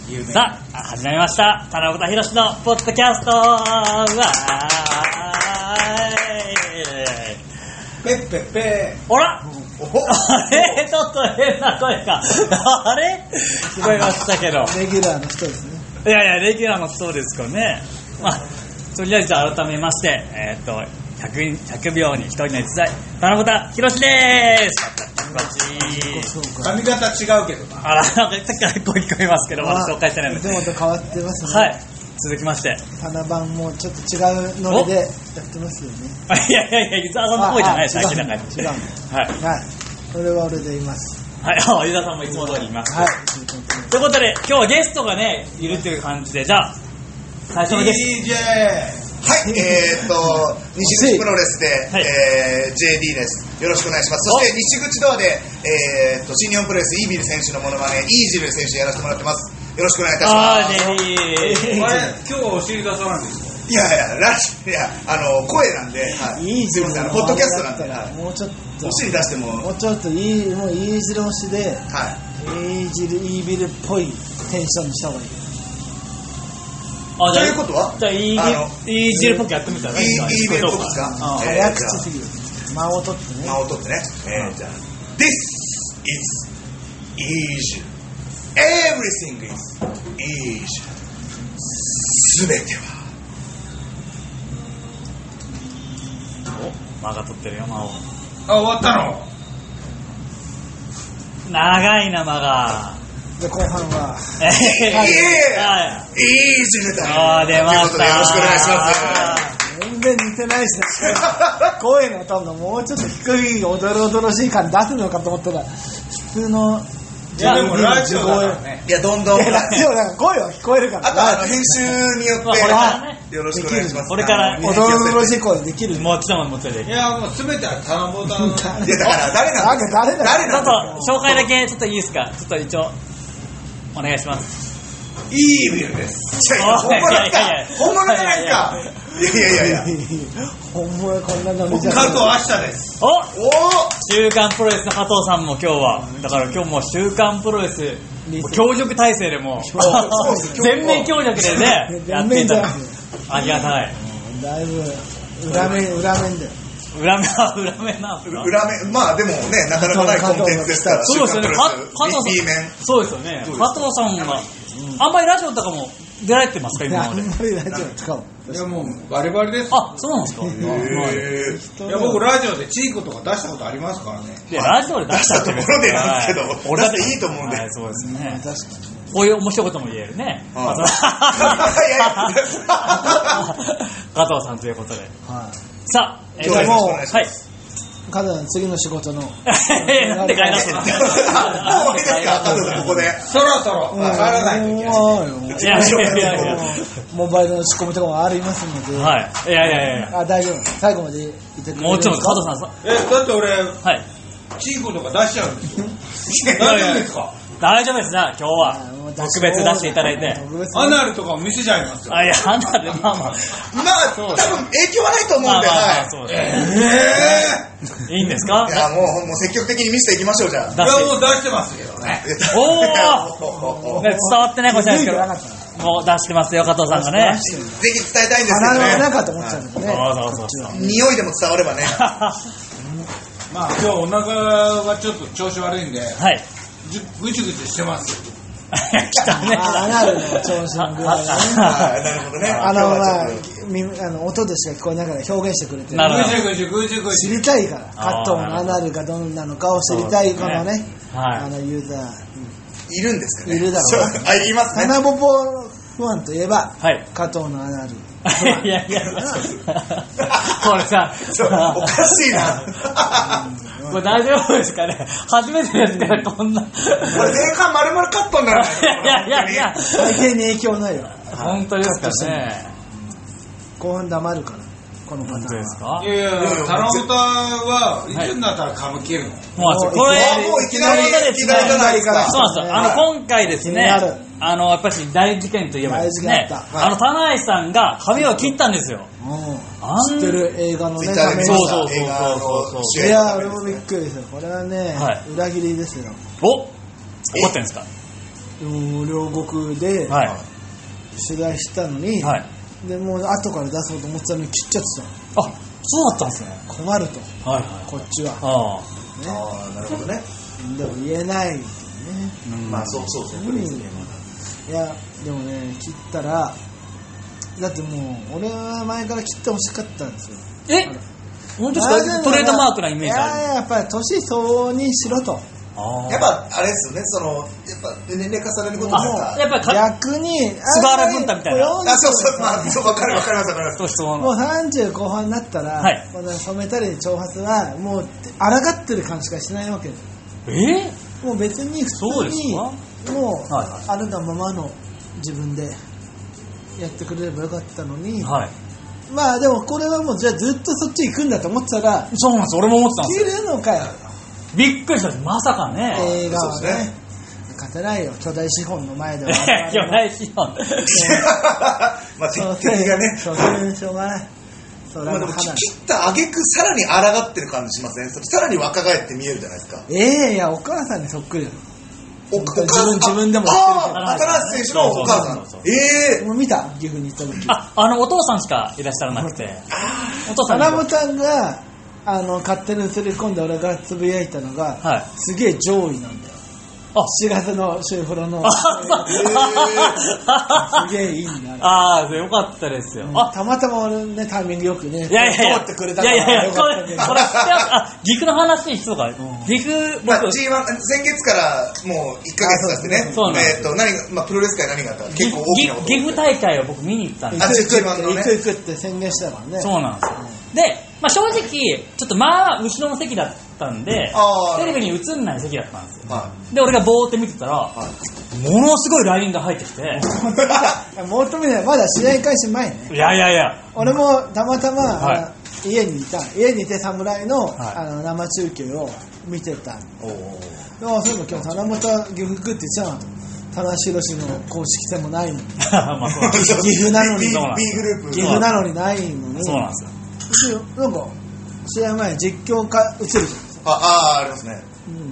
さあ始まりました七夕ひろしのポッドキャスト。わーペッペッペー。あら、あれちょっと変な声があれ聞こえましたけどレギュラーの人ですね。 いやいやレギュラーの人ですかね。まあとりあえず改めまして100秒に1人の逸材七夕ひろしでーす。 髪型違うけどな。 あら、なんかさっきから声聞こえますけど、まだ紹介してないので。 いつもと変わってますね。 はい。続きまして。 花番もちょっと違うノリでやってますよね。 いやいやいや、伊沢さんの声じゃないです、明らかに。 違う。はい。はい。俺は俺でいます。 はい、伊沢さんもいつも通りいます。 はい。 ということで、今日はゲストがね、いるという感じで、じゃあ、最初のゲスト。 DJ。はい、西口プロレスで、 はい JD です。よろしくお願いします。そして西口ドアで、新日本プロレスイービル選手のモノマネイージル選手やらせてもらってます。よろしくお願いいたします。 JD。 あれ、今日はお尻出さないんですか？ いや声なんで、はい、 いいすみません、ポッドキャストなんで、 もうちょっとお尻出しても、 もうちょっともういい汁押しで、 はい、 イービルっぽいテンションにした方がいい。 ということはじゃあ、イージルっぽくやってみたらイービルっぽくですか？ 早口すぎる。間を取ってね。 間を取ってね。じゃあ、This is easy. Everything is easy. すべては。 お、間が取ってるよ、間を。 あ、終わったの？ 長いな、間が。 で、後半は。 イージルだ。 出ました。 ということでよろしくお願いします。 全然似てないしね。声のトーンがもうちょっと低いおどろおどろしい感出すのかと思ったら、普通のいやでもラジオだからね。 いやどんどん。 ラジオだから声は聞こえるから。 あと編集によってよろしくお願いします。 これからおどろおどろしい声できる。 もちろんできる。 いやもうすべては田中さん。 いやだから誰なんですか？ ちょっと紹介だけちょっといいですか？ちょっと一応お願いします。 イービルです。本物ですか？本物じゃないですか？いや本物こんなの見ちゃう。 加藤明日です。 お週刊プロレスの加藤さんも今日はだから今日も週刊プロレス協力体制でも全面協力でねやっていただありがたい。 だいぶ裏面だよ。 裏面なんですか？ 裏面、まあでもね、なかなかないコンテンツですから。 そうですよね。加藤さん、そうですよね。加藤さんがあんまりラジオとかも出られてますか今まで？ あんまりラジオ使う。 いやもうバリバリです。 あ、そうなんですか？ いや僕ラジオでチークとか出したことありますからね。 いやラジオで出したところでなんですけど、俺だっていいと思うんで。 そうですね。 確かに。 こういう面白いことも言えるね。加藤さんということで。さあ、 今日はもう、はい。 加藤さん次の仕事の。 なんで帰らせてるの？ ここで。 そろそろ帰らないといけない。 いや。 モバイルの仕込みとかもありますので。 はい。いや。 あ、大丈夫。最後までいてくれる。 もちろん加藤さん。 だって俺、 はい。 チークとか出しちゃうんですよ。大丈夫ですか？ 大丈夫ですね、今日は特別出していただいて。 アナルとかも見せちゃいますよ。 いや、アナル、まあ多分影響はないと思うんで。 いいんですか？ いや、もう積極的に見せていきましょう、じゃあ。 いや、もう出してますけどね。 おー伝わってないかもしれないですけど、もう出してますよ、加藤さんがね。 ぜひ伝えたいんですけどね。 鼻の中と思っちゃうんだね。 そう。 匂いでも伝わればね。 まあ今日お腹がちょっと調子悪いんで。 はい。 ぐちぐちしてます。 来たね。 アナルの調子の具合なるほどね。 音でしか聞こえながら表現してくれてる。 ぐちぐち知りたいから。加藤のアナルがどんなのかを知りたいこのね、ユーザー。 いるんですかね。 いるだろう。 あ、いますね。 花ぼぽファンといえば、加藤のアナル。 いや。これさ、 おかしいな。 これ大丈夫ですかね？初めてですからこんな。これ前半丸々カットになる。 いや。 大変に影響ないよ。 本当ですかね。 興奮黙るから。このパターンですか？ いや、タラオタはいつになったら歌舞伎るの？ これもういきなりじゃないですか。 そうなんですよ。今回ですね、やっぱり大事件といえばですね、田内さんが髪を切ったんですよ。 知ってる映画のね、 そう。 いや、俺もびっくりですよ。これはね、裏切りですよ。 怒ってるんですか？ 両国ではい取材したのに、 はい。 でもう後から出そうと思ってたのに切っちゃってあ、そうだったんですね。 たの。困ると、 はいはい。 こっちは。 ああ。 ね、 ああなるほどね。 でも言えないね。 まあそうですね。これですね。 いやでもね切ったらだってもう俺は前から切ってほしかったんですよ。 本当ですか？トレードマークなイメージある。 いややっぱり年相応にしろと。 やっぱあれですよね。そのやっぱ年齢重ねることですか。 やっぱり逆に菅原文太みたいな。 あそうそうまあそう分かりますもう30後半になったら、 はい、 染めたり長髪はもう抗ってる感しかしないわけです。もう別に普通にもう、はい、あるがままの自分でやってくれればよかったのに、はい、まあでもこれはもうじゃあずっとそっち行くんだと思ってたら、 そうなんです。俺も思ってたんですよ。 切るのかよ。 びっくりした。まさかね。 映画はね勝てないよ、巨大資本の前では。 巨大資本まあ敵がね、 そういうしょうがない。 まあでも切った挙句さらに抗ってる感じしません？さらに若返って見えるじゃないですか。 いやお母さんにそっくりだよ。 自分でも新しい選手のお母さん。 もう見た岐阜に行った時。 お父さんしかいらっしゃらなくて。 お父さん。花本さんが勝手に映り込んで俺がつぶやいたのが、はい、すげえ上位なんだよ。4月のシューフロのすげえいいな。 ああ、よかったですよ。 たまたま俺ねタイミングよくね通ってくれたからよかったね。 これ岐阜の話そうか。岐阜僕 G1 先月からもう1ヶ月経ってね。プロレス界何があったか結構大きなこと。 岐阜大会を僕見に行ったんですよ。行くって宣言したからね。 そうなんですよ。で、正直ちょっと後ろの席だったんでテレビに映んない席だったんですよ。で俺がボーって見てたらものすごい LINE が入ってきて求めない。まだ試合開始前ね。 いや俺もたまたま家にいて侍の生中継を見てた。そういえば今日棚本岐阜食って言っちゃうなと。棚橋の公式戦もないのに岐阜なのに B グループ岐阜なのにないのに。 そうなんですよ。 なんか試合前実況か映るじゃん。 ありますね。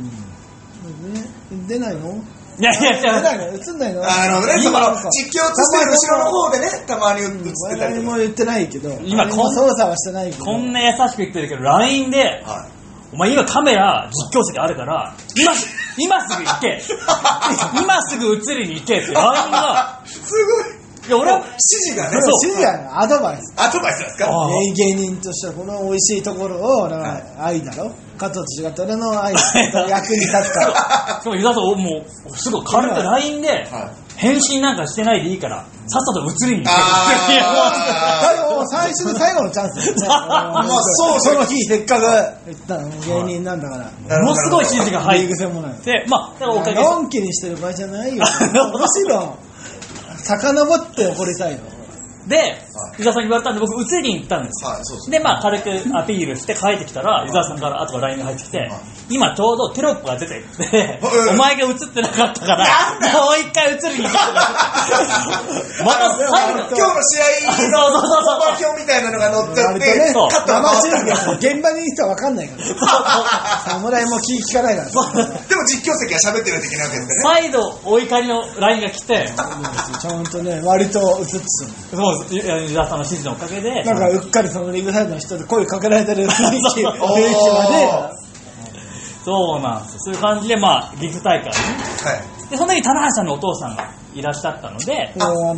出ないの？ いや出ないの？映んないの？ 実況映してる後ろの方でねたまに映ってたりとか。 誰も言ってないけど。 今操作はしてないけど。 こんな優しく言ってるけど LINE で、お前今カメラ実況席あるから今すぐ行け今すぐ映りに行けって LINE がすごい。 いや俺は指示がね。 指示がアドバイスなんですか？ 芸人としてはこの美味しいところを俺は愛だろ。加藤と違って俺の愛役に立つから。 そう湯田さんもうすぐ軽く LINE で返信なんかしてないでいいからさっさと映りに行け最初の最後のチャンスだよね。その日せっかく言ったの芸人なんだからものすごい指示が入ってだからおかげでのんきにしてる場合じゃないよ。むしろ遡って怒りたいので、湯沢さんに言われたんで僕映りに行ったんですよ。で軽くアピールして帰ってきたら湯沢さんから後から LINE が入ってきて今ちょうどテロップが出てきてお前が映ってなかったからもう一回映りに行けまた最後今日の試合表みたいなのが載っちゃってカットが回った現場にいる人は分かんないから侍も気聞かないからでも実況席は喋ってないといけないわけですから再度お怒りの LINE が来てちゃんとね割と映ってそう湯沢さんの指示のおかげでなんかうっかりそのリングサイドの人で声かけられてる雰囲気までそうなんですよ。そういう感じで岐阜大会でその時棚橋さんのお父さんがいらっしゃったので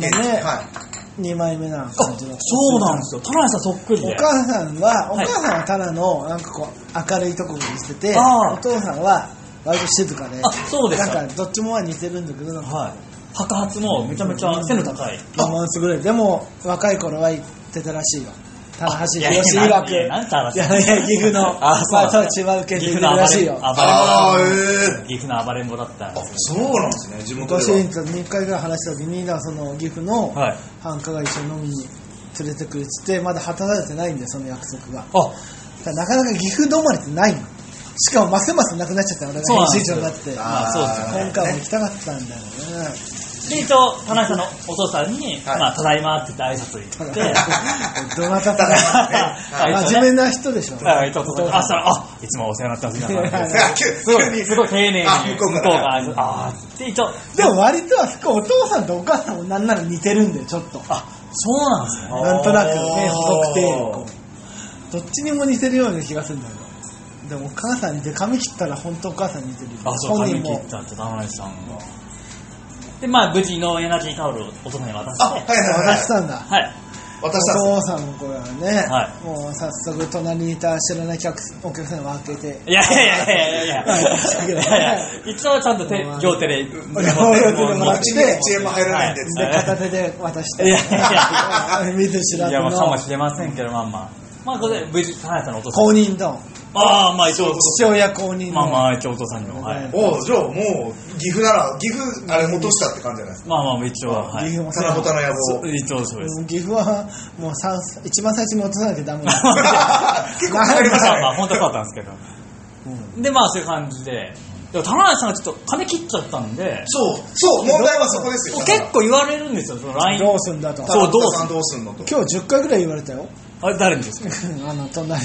2枚目な感じの。 そうなんですよ。棚橋さんそっくりでお母さんは棚のなんかこう明るいところにしててお父さんは割と静かでそうですなんかどっちもは似てるんだけど白髪もめちゃめちゃ背の高いパフォーマンスぐらいでも若い頃は言ってたらしいよ。棚橋宏曰く岐阜の千葉受けてるらしいよ。 岐阜の暴れん坊だったんです。 そうなんですね。地元では昔2回ぐらい話した時にその岐阜の繁華街一緒に飲みに連れてくるっつってまだ果たされてないんでその約束が。なかなか岐阜止まりってないの。しかもますますなくなっちゃった俺が編集長になって今回も行きたかったんだよね。 で、一応、田中さんのお父さんに、まあ、ただいまって言って挨拶行って。 どなただ真面目な人でしょ。 はい、ちょっと、あ、したら、あ、いつもお世話になってます。すごい丁寧に、向こうが挨拶、あーって一応。 でも割とあそこお父さんとお母さんもなんなら似てるんだよ、ちょっと。 あ、そうなんですね。 なんとなくね、細くて、どっちにも似てるような気がするんだけど。でもお母さん似て、髪切ったら本当お母さん似てる。 あ、そう、髪切ったって田中さんが。で、まあ、無事のエナジータオルをお父さんに渡して。 渡したんだ。 はい。 お父さんもこれはね、もう早速隣にいた知らないお客さんに分けて。 いや、一応ちゃんと両手でもらって、 1円も入らないんで、 片手で渡して。見ず知らずの。 いや、まあかもしれませんけど、まあこれで無事田中さんのお父さん。 公認だ。 ああ、まあ一応父親公認の。 まあ一応お父さんにも。はい。 じゃあもう岐阜なら岐阜あれ落としたって感じじゃないですか。 まあ一応は。 岐阜も七夕の野望。 一応そうです。 岐阜はもう一番最初に落とさなきゃダメだ。 結構かかりましたね。 まあ本当はそうだったんですけど。でまあそういう感じで。でも田中さんがちょっと金切っちゃったんで。 そう問題はそこですよ。 結構言われるんですよ、その LINE。 どうすんだと。 そう、どうすんのと。 今日10回ぐらい言われたよ。 あれ誰にですか？ 隣に。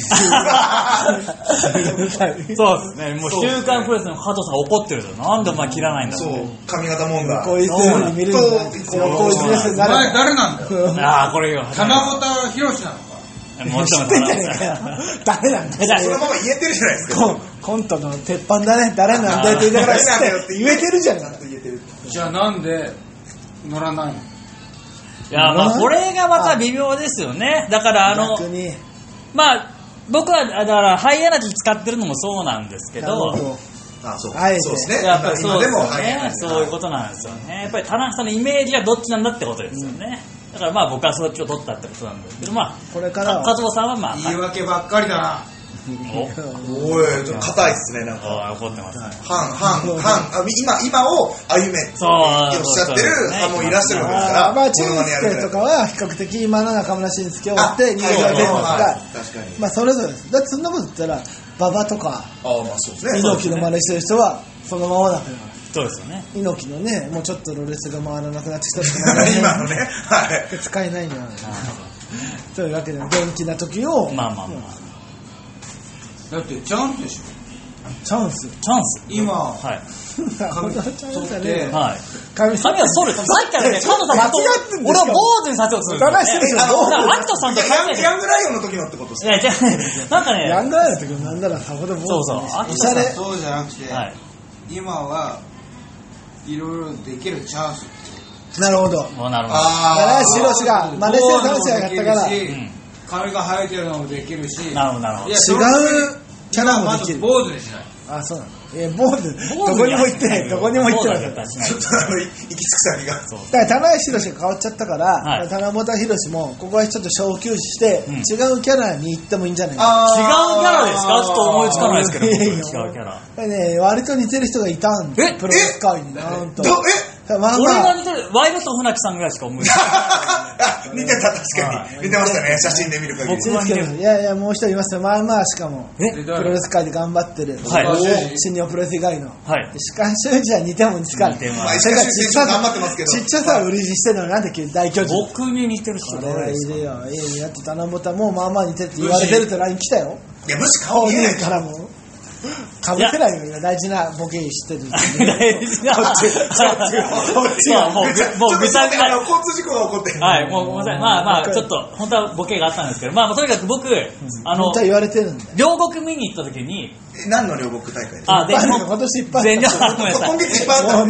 そうですね。もう週刊プレスの加藤さん怒ってるじゃん。なんでお前切らないんだろう。 そう、髪型問題。 こういう風に見るんだ。こういう風にお前誰なんだよ。 ああ、これよ。 七夕ひろしなのか。 もちろん誰なんだよ。 そのまま言えてるじゃないですか。 コントの鉄板だね。誰なんだよって言いながら言えてるじゃん。 じゃあなんで乗らないの？ いや、まあこれがまた微妙ですよね。だからまあ僕はだからハイエナジー使ってるのもそうなんですけど。 そうですね。 やっぱりそうですよね。そういうことなんですよね。やっぱり田中さんのイメージはどっちなんだってことですよね。だからまあ僕はそっちを取ったってことなんですけど、まあこれから加藤さんはまあ言い訳ばっかりだな。 おい、ちょっと硬いですね、なんか。 怒ってます。 今を歩めっておっしゃってる派もいらっしゃるわけですから。 まあ、チンスケとかは比較的今の中村慎介を追って人気が出るんですが、まあそれぞれです。だってそんなこと言ったら、馬場とか、猪木の真似してる人はそのままだから。 そうですよね。 猪木のね、もうちょっとロレスが回らなくなってきた今のね、 使えないんじゃないというわけで、元気な時を。 まあ。 だってチャンスでしょ。 チャンス今はい髪取って髪を剃る。さっきからね、加藤さん俺を坊主にさせようとする。アキトさんとヤングライオンの時のってことですか？ いや、なんかね、 ヤングライオンの時もなんならさほど坊主。 そうじゃなくて、今はいろいろできるチャンス。 なるほど。 なるほど。 シロシが真似してる話がやったから。 髪が生えてるのもできるし。 なるほど。 違うキャラもできる。 坊主にしない。 あ、そうなの。坊主どこにも行ってない。どこにも行ってない。 ちょっと行き着く先が。 だから棚橋宏が変わっちゃったから、棚本宏もここはちょっと小休止して違うキャラに行ってもいいんじゃないか。 違うキャラですか？ちょっと思いつかないですけど。違うキャラ。 ね、割と似てる人がいたんで、プロレス界になんと。 俺が似てる、ワイルド船木さんぐらいしか思いつかない。似てた、確かに。似てましたね、写真で見る限り。 いや、もう一人いますよ。まあしかも、プロレス界で頑張ってる。新日本プロレス以外の。石川修司は似ても似つかない。 石川修司頑張ってますけど。 ちっちゃさを売りにしてるのなんで大巨人。 僕に似てる人誰いるよ。だって棚ぼたもまあ似てるって言われてるって LINE 来たよ。 いや、むし顔見えないからも。かぶってないよ、大事なボケしてる。 大事な。こっちがもうぐちゃぐちゃ。 交通事故が起こって。 はい、もうごめんなさい。まあちょっと本当はボケがあったんですけど、まあとにかく僕本当は言われてるんだよ。 両国見に行った時に。 何の両国大会ですか？今年いっぱい。 今月いっぱいあった。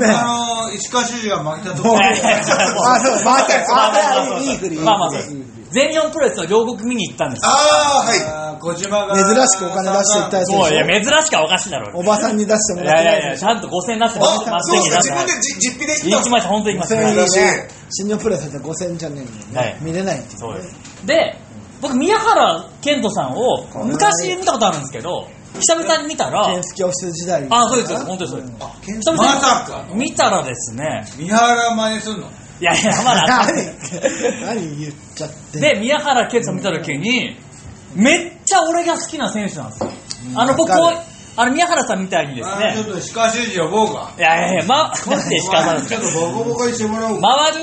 石川修司が負けたところ。あ、そう、負けた。いい振り。 まあ全日本プロレスの両国見に行ったんですよ。 はい。 小島が珍しくお金出していったやつでしょ。 そう、いや、珍しくはおかしいだろう。 おばさんに出してもらってない。 いや、ちゃんと5000出してもらって。 そうですか、自分で実費で行きました、本当に行きました。 新日本プロレスって5000じゃねえの見れないっていう。 そうです。で、僕、宮原健人さんを昔見たことあるんですけど、久々に見たら。 健介教室時代。 あ、そうです、本当にそうです。 まさか。 見たらですね。 宮原真似すんの？ いや、まだ。 何言っちゃって。 で、宮原健人さん見た時に、めっちゃ俺が好きな選手なんですよ。僕、 宮原さんみたいにですね、 ちょっと石川修司呼ぼうか。 いや、待って石川さんですか。 ちょっとボコボコにしてもらおうか。 回る